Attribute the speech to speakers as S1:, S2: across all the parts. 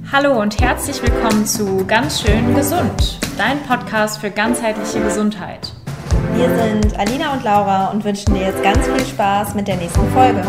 S1: Hallo und herzlich willkommen zu Ganz schön gesund, dein Podcast für ganzheitliche Gesundheit.
S2: Wir sind Alina und Laura und wünschen dir jetzt ganz viel Spaß mit der nächsten Folge.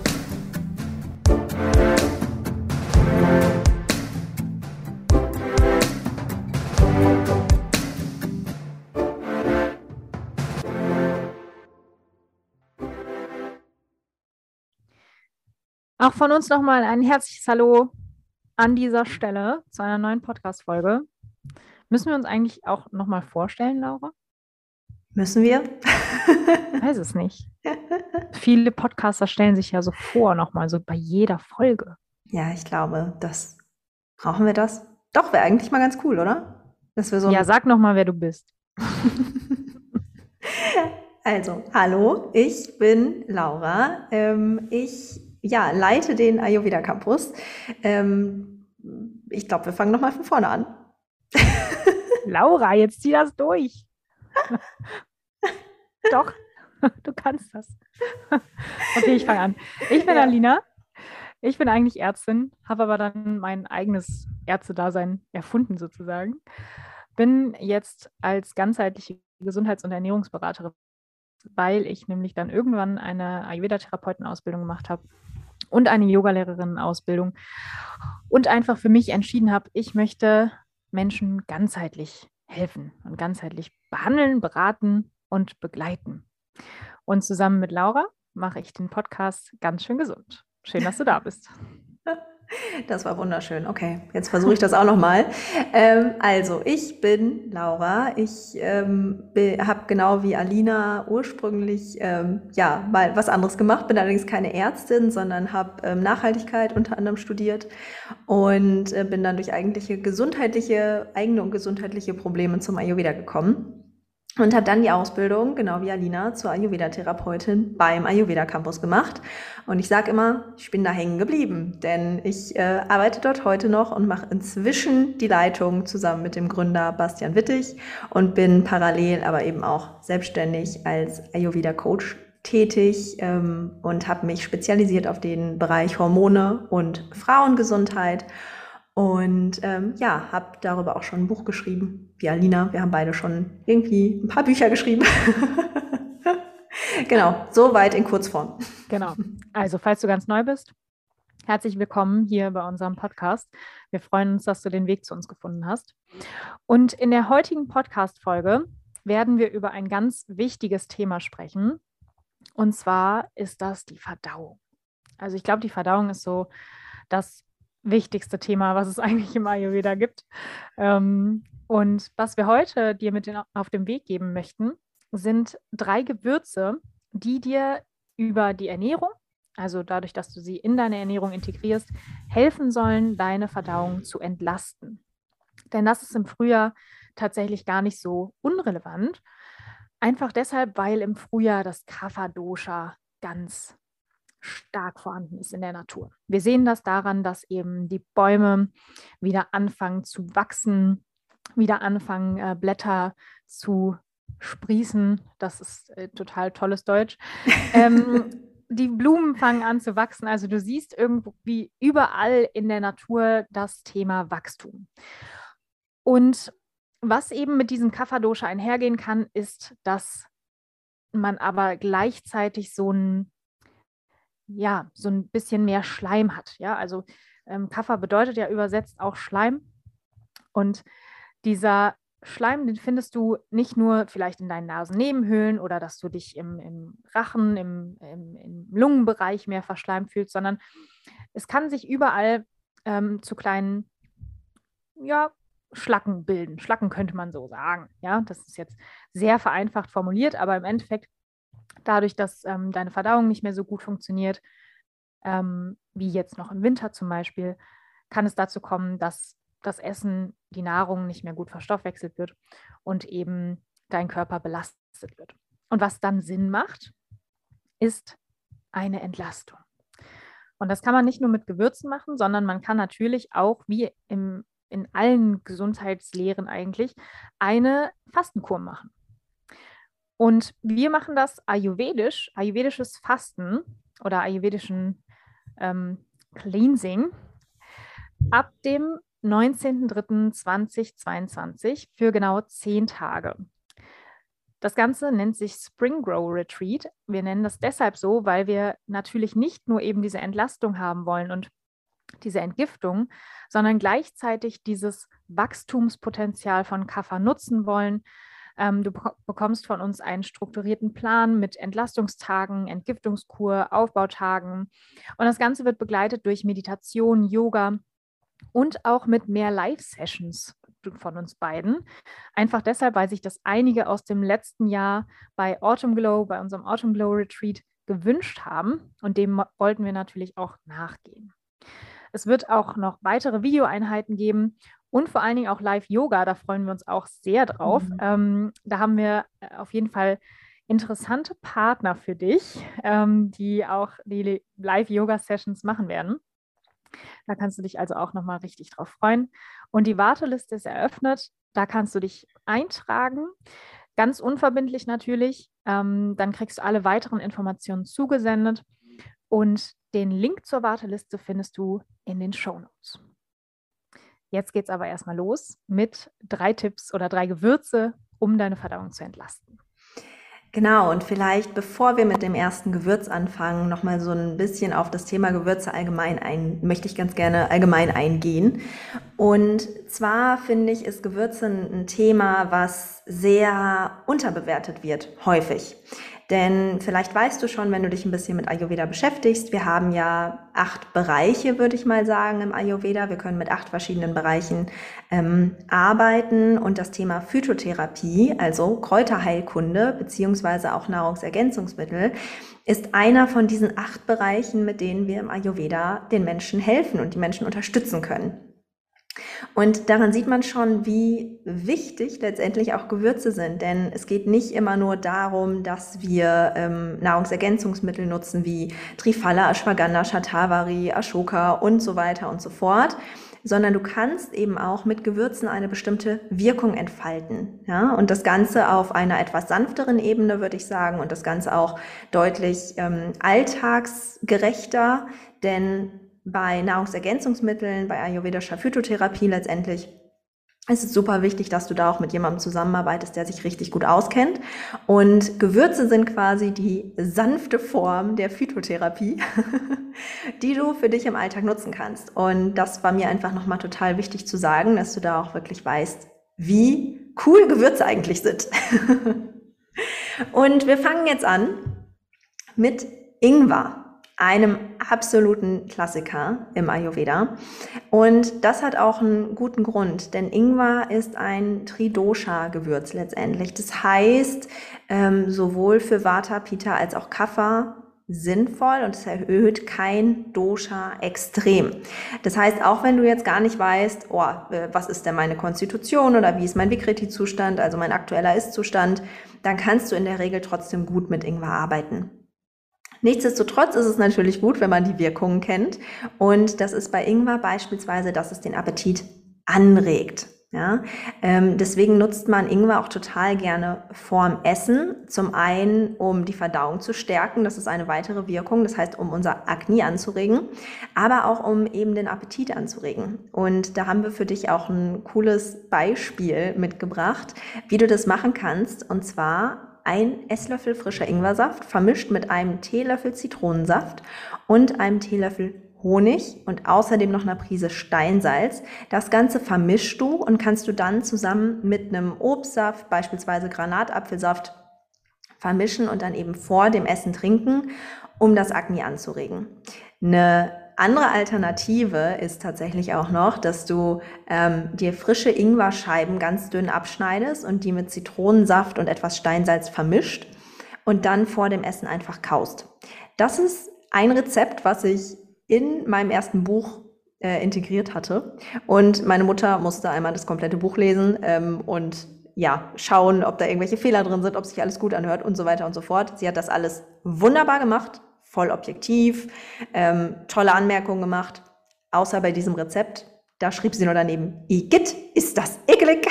S3: Auch von uns nochmal ein herzliches Hallo an dieser Stelle zu einer neuen Podcast-Folge. Müssen wir uns eigentlich auch nochmal vorstellen, Laura?
S2: Müssen wir?
S3: Ich weiß es nicht. Viele Podcaster stellen sich ja so vor, nochmal so bei jeder Folge.
S2: Ja, ich glaube, brauchen wir das? Doch, wäre eigentlich mal ganz cool, oder? Dass wir so
S3: Ja, sag nochmal, wer du bist.
S2: Also, hallo, ich bin Laura. Ich leite den Ayurveda Campus. Ich glaube, wir fangen nochmal von vorne an.
S3: Laura, jetzt zieh das durch. Doch, du kannst das. Okay, ich fange an. Ich bin Alina. Ich bin eigentlich Ärztin, habe aber dann mein eigenes Ärztedasein erfunden sozusagen. Bin jetzt als ganzheitliche Gesundheits- und Ernährungsberaterin, weil ich nämlich dann irgendwann eine Ayurveda-Therapeutenausbildung gemacht habe und eine Yogalehrerin-Ausbildung und einfach für mich entschieden habe, ich möchte Menschen ganzheitlich helfen und ganzheitlich behandeln, beraten und begleiten. Und zusammen mit Laura mache ich den Podcast Ganz schön gesund. Schön, dass du da bist.
S2: Das war wunderschön. Okay, jetzt versuche ich das auch nochmal. Also, ich bin Laura. Ich habe genau wie Alina ursprünglich mal was anderes gemacht, bin allerdings keine Ärztin, sondern habe Nachhaltigkeit unter anderem studiert und bin dann durch eigene und gesundheitliche Probleme zum Ayurveda gekommen. Und habe dann die Ausbildung, genau wie Alina, zur Ayurveda-Therapeutin beim Ayurveda Campus gemacht. Und ich sage immer, ich bin da hängen geblieben, denn ich arbeite dort heute noch und mache inzwischen die Leitung zusammen mit dem Gründer Bastian Wittig und bin parallel aber eben auch selbstständig als Ayurveda-Coach tätig und habe mich spezialisiert auf den Bereich Hormone und Frauengesundheit. Und habe darüber auch schon ein Buch geschrieben, wie Alina. Wir haben beide schon irgendwie ein paar Bücher geschrieben. Genau, soweit in Kurzform.
S3: Genau. Also, falls du ganz neu bist, herzlich willkommen hier bei unserem Podcast. Wir freuen uns, dass du den Weg zu uns gefunden hast. Und in der heutigen Podcast-Folge werden wir über ein ganz wichtiges Thema sprechen. Und zwar ist das die Verdauung. Also ich glaube, die Verdauung ist so das wichtigste Thema, was es eigentlich im Ayurveda gibt. Und was wir heute dir auf den Weg geben möchten, sind 3 Gewürze, die dir über die Ernährung, also dadurch, dass du sie in deine Ernährung integrierst, helfen sollen, deine Verdauung zu entlasten. Denn das ist im Frühjahr tatsächlich gar nicht so unrelevant. Einfach deshalb, weil im Frühjahr das Kapha-Dosha ganz stark vorhanden ist in der Natur. Wir sehen das daran, dass eben die Bäume wieder anfangen zu wachsen, wieder anfangen, Blätter zu sprießen. Das ist total tolles Deutsch. Die Blumen fangen an zu wachsen. Also du siehst irgendwie überall in der Natur das Thema Wachstum. Und was eben mit diesem Kapha-Dosha einhergehen kann, ist, dass man aber gleichzeitig so ein bisschen mehr Schleim hat. Ja, also Kapha bedeutet ja übersetzt auch Schleim. Und dieser Schleim, den findest du nicht nur vielleicht in deinen Nasennebenhöhlen oder dass du dich im Rachen, im Lungenbereich mehr verschleimt fühlst, sondern es kann sich überall zu kleinen, Schlacken bilden. Schlacken könnte man so sagen. Ja, das ist jetzt sehr vereinfacht formuliert, aber im Endeffekt dadurch, dass deine Verdauung nicht mehr so gut funktioniert, wie jetzt noch im Winter zum Beispiel, kann es dazu kommen, dass das Essen, die Nahrung nicht mehr gut verstoffwechselt wird und eben dein Körper belastet wird. Und was dann Sinn macht, ist eine Entlastung. Und das kann man nicht nur mit Gewürzen machen, sondern man kann natürlich auch, wie in allen Gesundheitslehren eigentlich, eine Fastenkur machen. Und wir machen das ayurvedisches Fasten oder ayurvedischen Cleansing ab dem 19.03.2022 für genau 10 Tage. Das Ganze nennt sich Spring Grow Retreat. Wir nennen das deshalb so, weil wir natürlich nicht nur eben diese Entlastung haben wollen und diese Entgiftung, sondern gleichzeitig dieses Wachstumspotenzial von Kapha nutzen wollen. Du bekommst von uns einen strukturierten Plan mit Entlastungstagen, Entgiftungskur, Aufbautagen. Und das Ganze wird begleitet durch Meditation, Yoga und auch mit mehr Live-Sessions von uns beiden. Einfach deshalb, weil sich das einige aus dem letzten Jahr bei Autumn Glow, bei unserem Autumn Glow Retreat gewünscht haben. Und dem wollten wir natürlich auch nachgehen. Es wird auch noch weitere Videoeinheiten geben und vor allen Dingen auch Live-Yoga. Da freuen wir uns auch sehr drauf. Da haben wir auf jeden Fall interessante Partner für dich, die auch die Live-Yoga-Sessions machen werden. Da kannst du dich also auch nochmal richtig drauf freuen. Und die Warteliste ist eröffnet. Da kannst du dich eintragen. Ganz unverbindlich natürlich. Dann kriegst du alle weiteren Informationen zugesendet. Und den Link zur Warteliste findest du in den Shownotes. Jetzt geht es aber erstmal los mit 3 Tipps oder 3 Gewürze, um deine Verdauung zu entlasten.
S2: Genau, und vielleicht, bevor wir mit dem ersten Gewürz anfangen, nochmal so ein bisschen auf das Thema Gewürze möchte ich ganz gerne allgemein eingehen. Und zwar finde ich, ist Gewürze ein Thema, was sehr unterbewertet wird, häufig. Denn vielleicht weißt du schon, wenn du dich ein bisschen mit Ayurveda beschäftigst, wir haben ja 8 Bereiche, würde ich mal sagen, im Ayurveda. Wir können mit 8 verschiedenen Bereichen arbeiten und das Thema Phytotherapie, also Kräuterheilkunde beziehungsweise auch Nahrungsergänzungsmittel, ist einer von diesen 8 Bereichen, mit denen wir im Ayurveda den Menschen helfen und die Menschen unterstützen können. Und daran sieht man schon, wie wichtig letztendlich auch Gewürze sind, denn es geht nicht immer nur darum, dass wir Nahrungsergänzungsmittel nutzen wie Triphala, Ashwagandha, Shatavari, Ashoka und so weiter und so fort, sondern du kannst eben auch mit Gewürzen eine bestimmte Wirkung entfalten. Ja? Und das Ganze auf einer etwas sanfteren Ebene, würde ich sagen, und das Ganze auch deutlich alltagsgerechter, denn bei Nahrungsergänzungsmitteln, bei ayurvedischer Phytotherapie letztendlich ist es super wichtig, dass du da auch mit jemandem zusammenarbeitest, der sich richtig gut auskennt. Und Gewürze sind quasi die sanfte Form der Phytotherapie, die du für dich im Alltag nutzen kannst. Und das war mir einfach nochmal total wichtig zu sagen, dass du da auch wirklich weißt, wie cool Gewürze eigentlich sind. Und wir fangen jetzt an mit Ingwer, einem absoluten Klassiker im Ayurveda. Und das hat auch einen guten Grund, denn Ingwer ist ein Tridosha-Gewürz letztendlich. Das heißt, sowohl für Vata, Pitta als auch Kapha sinnvoll und es erhöht kein Dosha extrem. Das heißt, auch wenn du jetzt gar nicht weißt, was ist denn meine Konstitution oder wie ist mein Vikriti-Zustand, also mein aktueller Ist-Zustand, dann kannst du in der Regel trotzdem gut mit Ingwer arbeiten. Nichtsdestotrotz ist es natürlich gut, wenn man die Wirkungen kennt. Und das ist bei Ingwer beispielsweise, dass es den Appetit anregt. Ja? Deswegen nutzt man Ingwer auch total gerne vorm Essen. Zum einen, um die Verdauung zu stärken. Das ist eine weitere Wirkung. Das heißt, um unser Agni anzuregen. Aber auch, um eben den Appetit anzuregen. Und da haben wir für dich auch ein cooles Beispiel mitgebracht, wie du das machen kannst. Und zwar 1 Esslöffel frischer Ingwersaft vermischt mit einem Teelöffel Zitronensaft und einem Teelöffel Honig und außerdem noch einer Prise Steinsalz. Das Ganze vermischst du und kannst du dann zusammen mit einem Obstsaft, beispielsweise Granatapfelsaft, vermischen und dann eben vor dem Essen trinken, um das Agni anzuregen. Eine andere Alternative ist tatsächlich auch noch, dass du dir frische Ingwerscheiben ganz dünn abschneidest und die mit Zitronensaft und etwas Steinsalz vermischt und dann vor dem Essen einfach kaust. Das ist ein Rezept, was ich in meinem ersten Buch integriert hatte und meine Mutter musste einmal das komplette Buch lesen und schauen, ob da irgendwelche Fehler drin sind, ob sich alles gut anhört und so weiter und so fort. Sie hat das alles wunderbar gemacht. Voll objektiv, tolle Anmerkungen gemacht, außer bei diesem Rezept. Da schrieb sie nur daneben, Igitt, ist das eklig.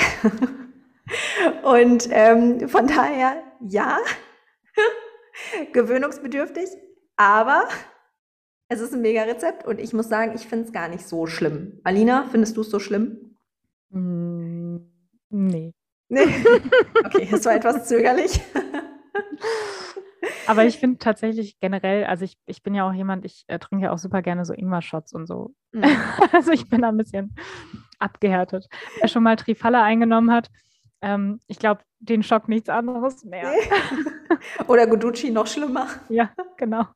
S2: Und von daher, ja, gewöhnungsbedürftig, aber Es ist ein mega Rezept und ich muss sagen, ich finde es gar nicht so schlimm. Alina, findest du es so schlimm?
S3: Mm, nee.
S2: Nee. Okay, es war etwas zögerlich.
S3: Aber ich finde tatsächlich generell, also ich bin ja auch jemand, ich trinke ja auch super gerne so Ingwer-Shots und so.
S2: Mm.
S3: Also ich bin da ein bisschen abgehärtet. Wer schon mal Trifala eingenommen hat, ich glaube, den schockt nichts anderes mehr.
S2: Nee. Oder Guducci noch schlimmer.
S3: Ja, genau.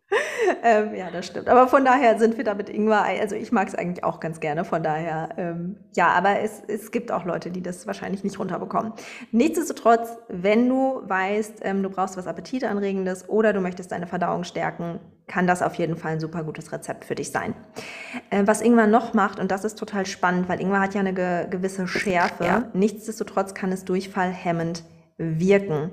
S2: Ja, das stimmt. Aber von daher sind wir da mit Ingwer, also ich mag es eigentlich auch ganz gerne, von daher, ja, aber es gibt auch Leute, die das wahrscheinlich nicht runterbekommen. Nichtsdestotrotz, wenn du weißt, du brauchst was Appetitanregendes oder du möchtest deine Verdauung stärken, kann das auf jeden Fall ein super gutes Rezept für dich sein. Was Ingwer noch macht, und das ist total spannend, weil Ingwer hat ja eine gewisse Schärfe,
S3: Ja.
S2: nichtsdestotrotz kann es durchfallhemmend wirken.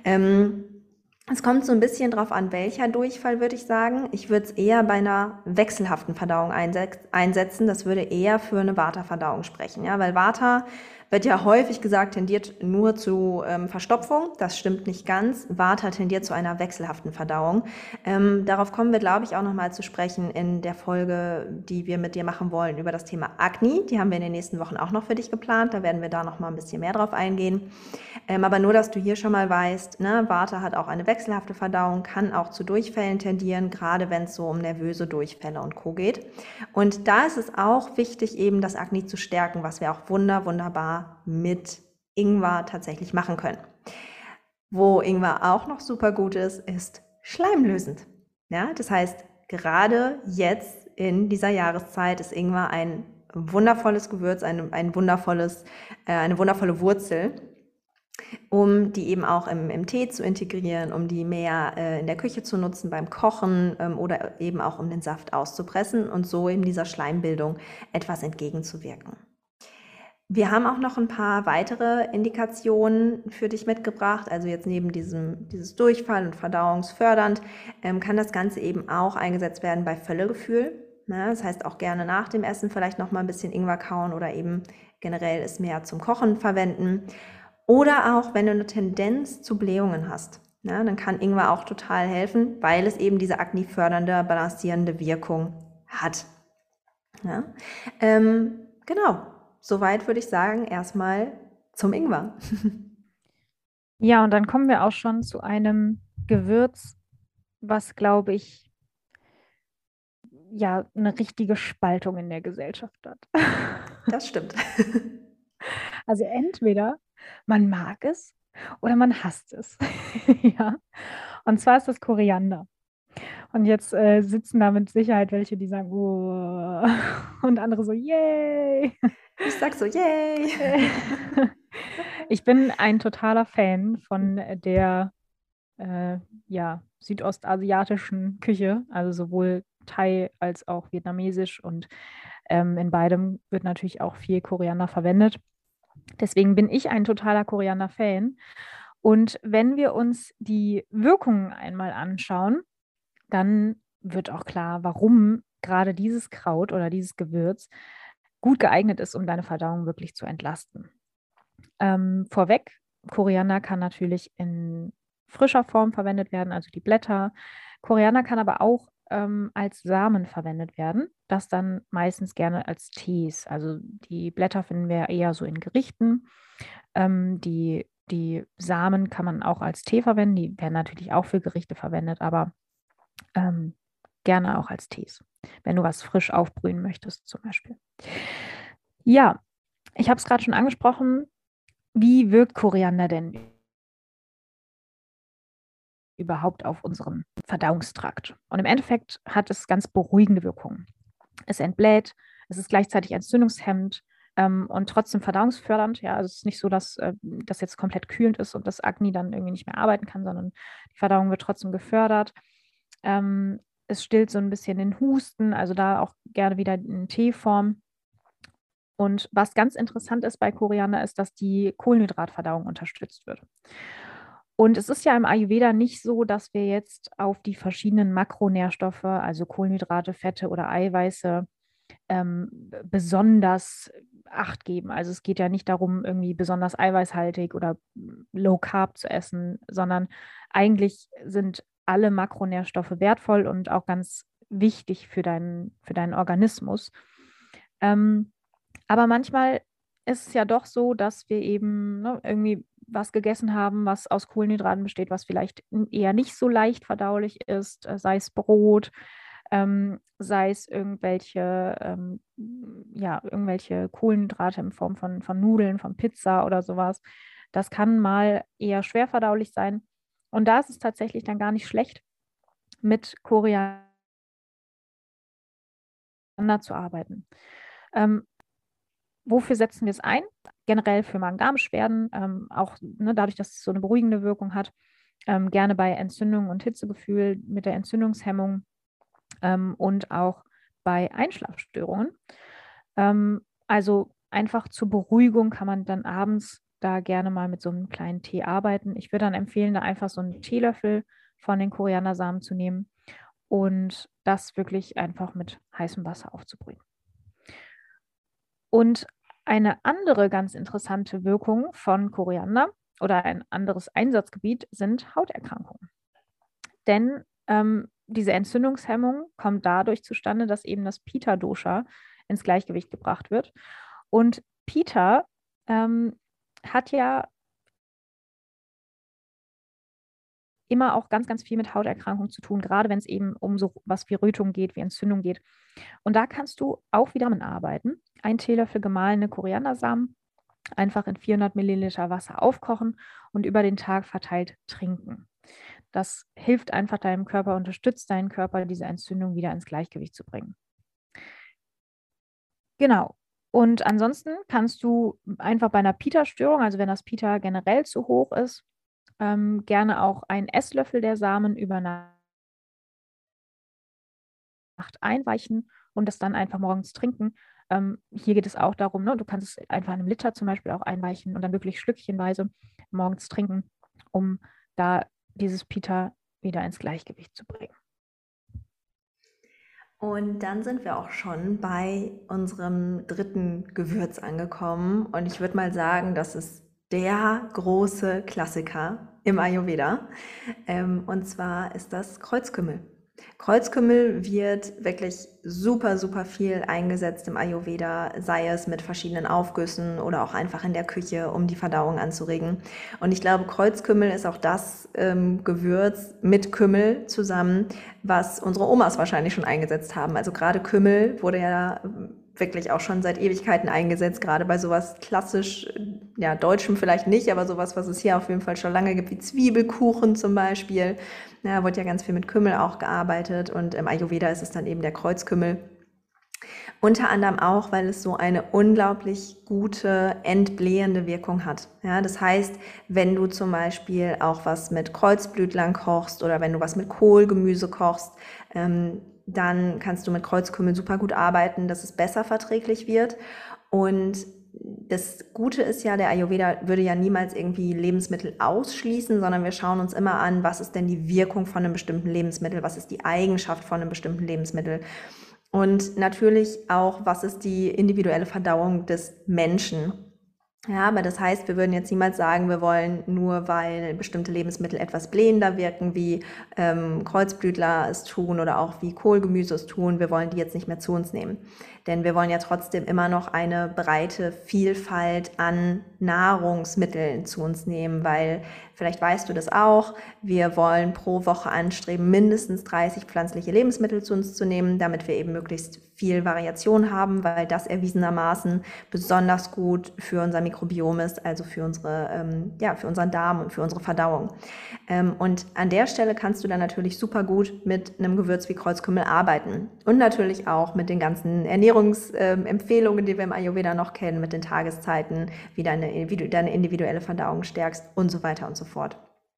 S2: Es kommt so ein bisschen drauf an, welcher Durchfall, würde ich sagen. Ich würde es eher bei einer wechselhaften Verdauung einsetzen. Das würde eher für eine Vata-Verdauung sprechen, ja, weil Vata wird ja häufig gesagt, tendiert nur zu Verstopfung. Das stimmt nicht ganz. Vata tendiert zu einer wechselhaften Verdauung. Darauf kommen wir, glaube ich, auch nochmal zu sprechen in der Folge, die wir mit dir machen wollen über das Thema Agni. Die haben wir in den nächsten Wochen auch noch für dich geplant. Da werden wir da nochmal ein bisschen mehr drauf eingehen. Aber nur, dass du hier schon mal weißt, ne, Vata hat auch eine wechselhafte Verdauung, kann auch zu Durchfällen tendieren, gerade wenn es so um nervöse Durchfälle und Co. geht. Und da ist es auch wichtig, eben das Agni zu stärken, was wir auch wunderbar mit Ingwer tatsächlich machen können. Wo Ingwer auch noch super gut ist schleimlösend. Ja, das heißt, gerade jetzt in dieser Jahreszeit ist Ingwer ein wundervolles Gewürz, eine wundervolle Wurzel, um die eben auch im Tee zu integrieren, um die mehr in der Küche zu nutzen beim Kochen oder eben auch um den Saft auszupressen und so eben dieser Schleimbildung etwas entgegenzuwirken. Wir haben auch noch ein paar weitere Indikationen für dich mitgebracht. Also jetzt neben dieses Durchfall und verdauungsfördernd kann das Ganze eben auch eingesetzt werden bei Völlegefühl. Ne? Das heißt auch gerne nach dem Essen vielleicht noch mal ein bisschen Ingwer kauen oder eben generell es mehr zum Kochen verwenden. Oder auch, wenn du eine Tendenz zu Blähungen hast, ne, dann kann Ingwer auch total helfen, weil es eben diese aknefördernde, balancierende Wirkung hat. Ja? Genau, soweit würde ich sagen, erstmal zum Ingwer.
S3: Ja, und dann kommen wir auch schon zu einem Gewürz, was, glaube ich, ja, eine richtige Spaltung in der Gesellschaft hat.
S2: Das stimmt.
S3: Also entweder man mag es oder man hasst es. Ja. Und zwar ist das Koriander. Und jetzt sitzen da mit Sicherheit welche, die sagen, oh, und andere so, yay.
S2: Ich sag so, yay!
S3: Ich bin ein totaler Fan von der ja, südostasiatischen Küche, also sowohl Thai als auch vietnamesisch und in beidem wird natürlich auch viel Koriander verwendet. Deswegen bin ich ein totaler Koriander-Fan. Und wenn wir uns die Wirkungen einmal anschauen, dann wird auch klar, warum gerade dieses Kraut oder dieses Gewürz gut geeignet ist, um deine Verdauung wirklich zu entlasten. Vorweg, Koriander kann natürlich in frischer Form verwendet werden, also die Blätter. Koriander kann aber auch als Samen verwendet werden, das dann meistens gerne als Tees. Also die Blätter finden wir eher so in Gerichten. Die Samen kann man auch als Tee verwenden, die werden natürlich auch für Gerichte verwendet, aber gerne auch als Tees, wenn du was frisch aufbrühen möchtest zum Beispiel. Ja, ich habe es gerade schon angesprochen. Wie wirkt Koriander denn überhaupt auf unseren Verdauungstrakt? Und im Endeffekt hat es ganz beruhigende Wirkungen. Es entbläht, es ist gleichzeitig entzündungshemmend und trotzdem verdauungsfördernd. Ja, also es ist nicht so, dass das jetzt komplett kühlend ist und das Agni dann irgendwie nicht mehr arbeiten kann, sondern die Verdauung wird trotzdem gefördert. Es stillt so ein bisschen den Husten, also da auch gerne wieder in Teeform. Und was ganz interessant ist bei Koriander, ist, dass die Kohlenhydratverdauung unterstützt wird. Und es ist ja im Ayurveda nicht so, dass wir jetzt auf die verschiedenen Makronährstoffe, also Kohlenhydrate, Fette oder Eiweiße, besonders Acht geben. Also es geht ja nicht darum, irgendwie besonders eiweißhaltig oder Low Carb zu essen, sondern eigentlich sind alle Makronährstoffe wertvoll und auch ganz wichtig für deinen Organismus. Aber manchmal ist es ja doch so, dass wir eben irgendwie was gegessen haben, was aus Kohlenhydraten besteht, was vielleicht eher nicht so leicht verdaulich ist, sei es Brot, sei es irgendwelche Kohlenhydrate in Form von Nudeln, von Pizza oder sowas. Das kann mal eher schwer verdaulich sein. Und da ist es tatsächlich dann gar nicht schlecht, mit Koriander zu arbeiten. Wofür setzen wir es ein? Generell für Magen-Darm-Beschwerden, auch dadurch, dass es so eine beruhigende Wirkung hat, gerne bei Entzündungen und Hitzegefühl mit der Entzündungshemmung und auch bei Einschlafstörungen. Also einfach zur Beruhigung kann man dann abends da gerne mal mit so einem kleinen Tee arbeiten. Ich würde dann empfehlen, da einfach so einen Teelöffel von den Koriandersamen zu nehmen und das wirklich einfach mit heißem Wasser aufzubrühen. Und eine andere ganz interessante Wirkung von Koriander oder ein anderes Einsatzgebiet sind Hauterkrankungen. Denn diese Entzündungshemmung kommt dadurch zustande, dass eben das Pitta-Dosha ins Gleichgewicht gebracht wird. Und Pitta hat ja immer auch ganz, ganz viel mit Hauterkrankungen zu tun, gerade wenn es eben um so was wie Rötung geht, wie Entzündung geht. Und da kannst du auch wieder arbeiten. Ein Teelöffel gemahlene Koriandersamen einfach in 400 Milliliter Wasser aufkochen und über den Tag verteilt trinken. Das hilft einfach deinem Körper, unterstützt deinen Körper, diese Entzündung wieder ins Gleichgewicht zu bringen. Genau. Und ansonsten kannst du einfach bei einer Pitta-Störung, also wenn das Pitta generell zu hoch ist, gerne auch einen Esslöffel der Samen über Nacht einweichen und das dann einfach morgens trinken. Hier geht es auch darum, du kannst es einfach in einem Liter zum Beispiel auch einweichen und dann wirklich schlückchenweise morgens trinken, um da dieses Pitta wieder ins Gleichgewicht zu bringen.
S2: Und dann sind wir auch schon bei unserem dritten Gewürz angekommen. Und ich würde mal sagen, das ist der große Klassiker im Ayurveda. Und zwar ist das Kreuzkümmel. Kreuzkümmel wird wirklich super, super viel eingesetzt im Ayurveda, sei es mit verschiedenen Aufgüssen oder auch einfach in der Küche, um die Verdauung anzuregen. Und ich glaube, Kreuzkümmel ist auch das Gewürz mit Kümmel zusammen, was unsere Omas wahrscheinlich schon eingesetzt haben. Also gerade Kümmel wurde ja wirklich auch schon seit Ewigkeiten eingesetzt, gerade bei sowas klassisch, ja, Deutschem vielleicht nicht, aber sowas, was es hier auf jeden Fall schon lange gibt, wie Zwiebelkuchen zum Beispiel. Ja, wird ja ganz viel mit Kümmel auch gearbeitet und im Ayurveda ist es dann eben der Kreuzkümmel. Unter anderem auch, weil es so eine unglaublich gute, entblähende Wirkung hat. Ja, das heißt, wenn du zum Beispiel auch was mit Kreuzblütlern kochst oder wenn du was mit Kohlgemüse kochst, dann kannst du mit Kreuzkümmel super gut arbeiten, dass es besser verträglich wird. Und das Gute ist ja, der Ayurveda würde ja niemals irgendwie Lebensmittel ausschließen, sondern wir schauen uns immer an, was ist denn die Wirkung von einem bestimmten Lebensmittel, was ist die Eigenschaft von einem bestimmten Lebensmittel. Und natürlich auch, was ist die individuelle Verdauung des Menschen. Ja, aber das heißt, wir würden jetzt niemals sagen, wir wollen nur, weil bestimmte Lebensmittel etwas blähender wirken, wie Kreuzblütler es tun oder auch wie Kohlgemüse es tun, wir wollen die jetzt nicht mehr zu uns nehmen. Denn wir wollen ja trotzdem immer noch eine breite Vielfalt an Nahrungsmitteln zu uns nehmen, weil vielleicht weißt du das auch, wir wollen pro Woche anstreben, mindestens 30 pflanzliche Lebensmittel zu uns zu nehmen, damit wir eben möglichst viel Variation haben, weil das erwiesenermaßen besonders gut für unser Mikrobiom ist, also für unseren Darm und für unsere Verdauung. Und an der Stelle kannst du dann natürlich super gut mit einem Gewürz wie Kreuzkümmel arbeiten und natürlich auch mit den ganzen Ernährungsempfehlungen, die wir im Ayurveda noch kennen, mit den Tageszeiten, wie deine individuelle Verdauung stärkst und so weiter und so fort.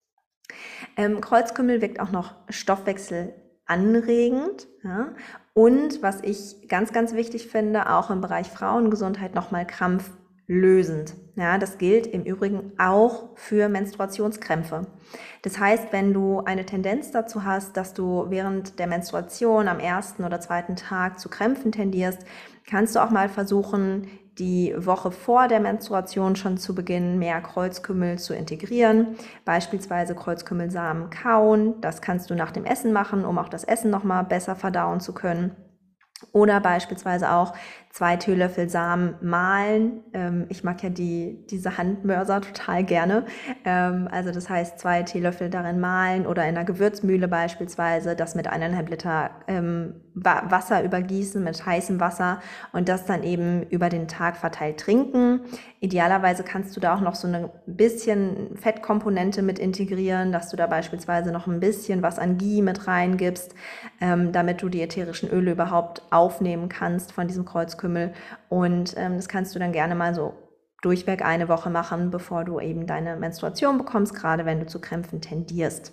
S2: Kreuzkümmel wirkt auch noch stoffwechselanregend, ja? Und was ich ganz, ganz wichtig finde, auch im Bereich Frauengesundheit nochmal krampflösend. Ja, das gilt im Übrigen auch für Menstruationskrämpfe. Das heißt, wenn du eine Tendenz dazu hast, dass du während der Menstruation am ersten oder zweiten Tag zu Krämpfen tendierst, kannst du auch mal versuchen, die Woche vor der Menstruation schon zu beginnen, mehr Kreuzkümmel zu integrieren, beispielsweise Kreuzkümmelsamen kauen. Das kannst du nach dem Essen machen, um auch das Essen nochmal besser verdauen zu können. Oder beispielsweise auch 2 Teelöffel Samen mahlen. Ich mag ja diese Handmörser total gerne. Also das heißt 2 Teelöffel darin mahlen oder in einer Gewürzmühle beispielsweise das mit 1,5 Liter Wasser übergießen, mit heißem Wasser und das dann eben über den Tag verteilt trinken. Idealerweise kannst du da auch noch so ein bisschen Fettkomponente mit integrieren, dass du da beispielsweise noch ein bisschen was an Ghee mit reingibst, damit du die ätherischen Öle überhaupt aufnehmen kannst von diesem Kreuzkümmel. Und das kannst du dann gerne mal so durchweg eine Woche machen, bevor du eben deine Menstruation bekommst, gerade wenn du zu Krämpfen tendierst.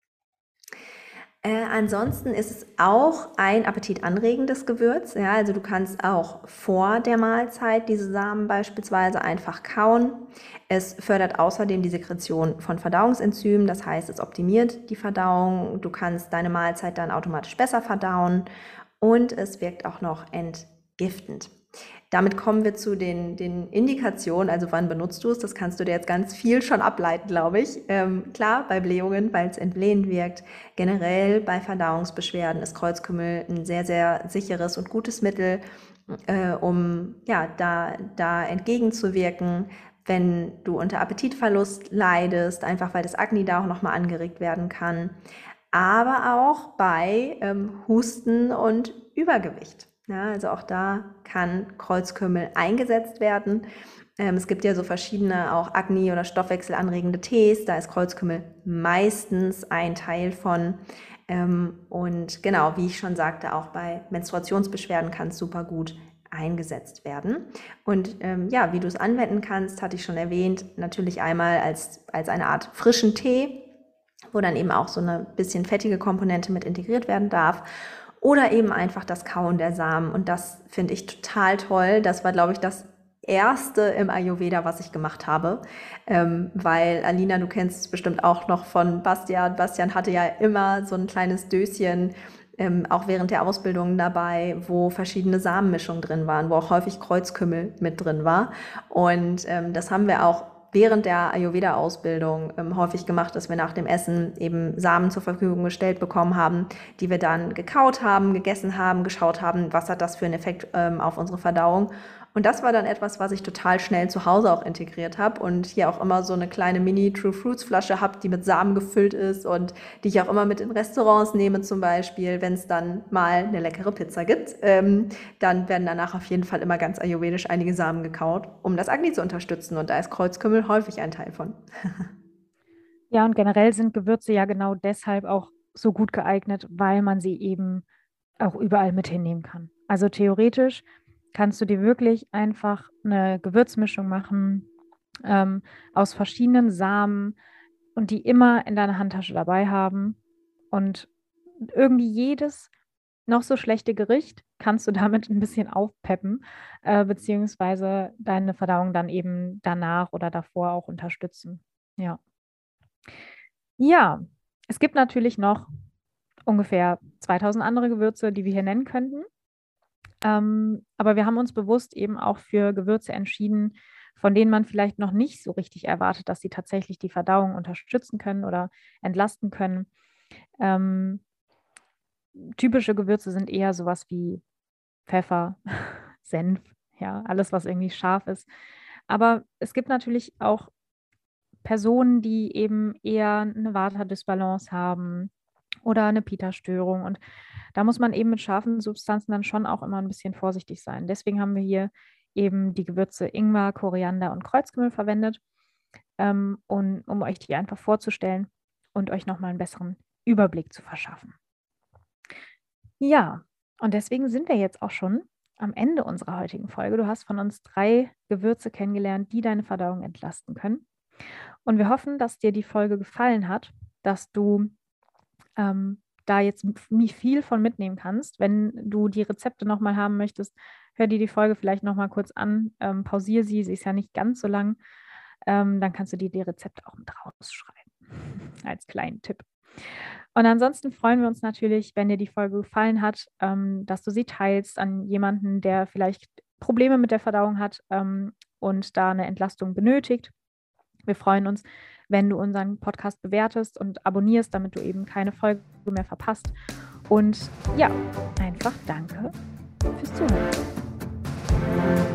S2: Ansonsten ist es auch ein appetitanregendes Gewürz. Ja, also du kannst auch vor der Mahlzeit diese Samen beispielsweise einfach kauen. Es fördert außerdem die Sekretion von Verdauungsenzymen, das heißt, es optimiert die Verdauung. Du kannst deine Mahlzeit dann automatisch besser verdauen und es wirkt auch noch entgiftend. Damit kommen wir zu den Indikationen, also wann benutzt du es, das kannst du dir jetzt ganz viel schon ableiten, glaube ich. Klar, bei Blähungen, weil es entblähend wirkt. Generell bei Verdauungsbeschwerden ist Kreuzkümmel ein sehr, sehr sicheres und gutes Mittel, um ja, da entgegenzuwirken. Wenn du unter Appetitverlust leidest, einfach weil das Akne da auch nochmal angeregt werden kann. Aber auch bei Husten und Übergewicht. Ja, also auch da kann Kreuzkümmel eingesetzt werden. Es gibt ja so verschiedene auch Akne- oder stoffwechselanregende Tees, da ist Kreuzkümmel meistens ein Teil von. Und genau, wie ich schon sagte, auch bei Menstruationsbeschwerden kann es super gut eingesetzt werden. Und ja, wie du es anwenden kannst, hatte ich schon erwähnt, natürlich einmal als eine Art frischen Tee, wo dann eben auch so eine bisschen fettige Komponente mit integriert werden darf. Oder eben einfach das Kauen der Samen. Und das finde ich total toll. Das war, glaube ich, das erste im Ayurveda, was ich gemacht habe. Weil, Alina, du kennst es bestimmt auch noch von Bastian. Bastian hatte ja immer so ein kleines Döschen, auch während der Ausbildung dabei, wo verschiedene Samenmischungen drin waren, wo auch häufig Kreuzkümmel mit drin war. Und das haben wir auch während der Ayurveda-Ausbildung häufig gemacht, dass wir nach dem Essen eben Samen zur Verfügung gestellt bekommen haben, die wir dann gekaut haben, gegessen haben, geschaut haben, was hat das für einen Effekt auf unsere Verdauung. Und das war dann etwas, was ich total schnell zu Hause auch integriert habe und hier auch immer so eine kleine Mini-True Fruits Flasche habe, die mit Samen gefüllt ist und die ich auch immer mit in Restaurants nehme zum Beispiel, wenn es dann mal eine leckere Pizza gibt. Dann werden danach auf jeden Fall immer ganz ayurvedisch einige Samen gekaut, um das Akne zu unterstützen. Und da ist Kreuzkümmel häufig ein Teil von.
S3: Ja, und generell sind Gewürze ja genau deshalb auch so gut geeignet, weil man sie eben auch überall mit hinnehmen kann. Also theoretisch kannst du dir wirklich einfach eine Gewürzmischung machen aus verschiedenen Samen und die immer in deiner Handtasche dabei haben. Und irgendwie jedes noch so schlechte Gericht kannst du damit ein bisschen aufpeppen, beziehungsweise deine Verdauung dann eben danach oder davor auch unterstützen. Ja. Ja, es gibt natürlich noch ungefähr 2000 andere Gewürze, die wir hier nennen könnten. Aber wir haben uns bewusst eben auch für Gewürze entschieden, von denen man vielleicht noch nicht so richtig erwartet, dass sie tatsächlich die Verdauung unterstützen können oder entlasten können. Typische Gewürze sind eher sowas wie Pfeffer, Senf, ja, alles, was irgendwie scharf ist. Aber es gibt natürlich auch Personen, die eben eher eine Vata-Dysbalance haben oder eine Pitta-Störung. Und da muss man eben mit scharfen Substanzen dann schon auch immer ein bisschen vorsichtig sein. Deswegen haben wir hier eben die Gewürze Ingwer, Koriander und Kreuzkümmel verwendet, um euch die einfach vorzustellen und euch nochmal einen besseren Überblick zu verschaffen. Ja, und deswegen sind wir jetzt auch schon am Ende unserer heutigen Folge. Du hast von uns 3 Gewürze kennengelernt, die deine Verdauung entlasten können. Und wir hoffen, dass dir die Folge gefallen hat, dass du da jetzt viel von mitnehmen kannst. Wenn du die Rezepte nochmal haben möchtest, hör dir die Folge vielleicht nochmal kurz an, pausiere sie ist ja nicht ganz so lang. Dann kannst du dir die Rezepte auch mit rausschreiben, als kleinen Tipp. Und ansonsten freuen wir uns natürlich, wenn dir die Folge gefallen hat, dass du sie teilst an jemanden, der vielleicht Probleme mit der Verdauung hat und da eine Entlastung benötigt. Wir freuen uns, wenn du unseren Podcast bewertest und abonnierst, damit du eben keine Folge mehr verpasst. Und ja, einfach danke fürs Zuhören.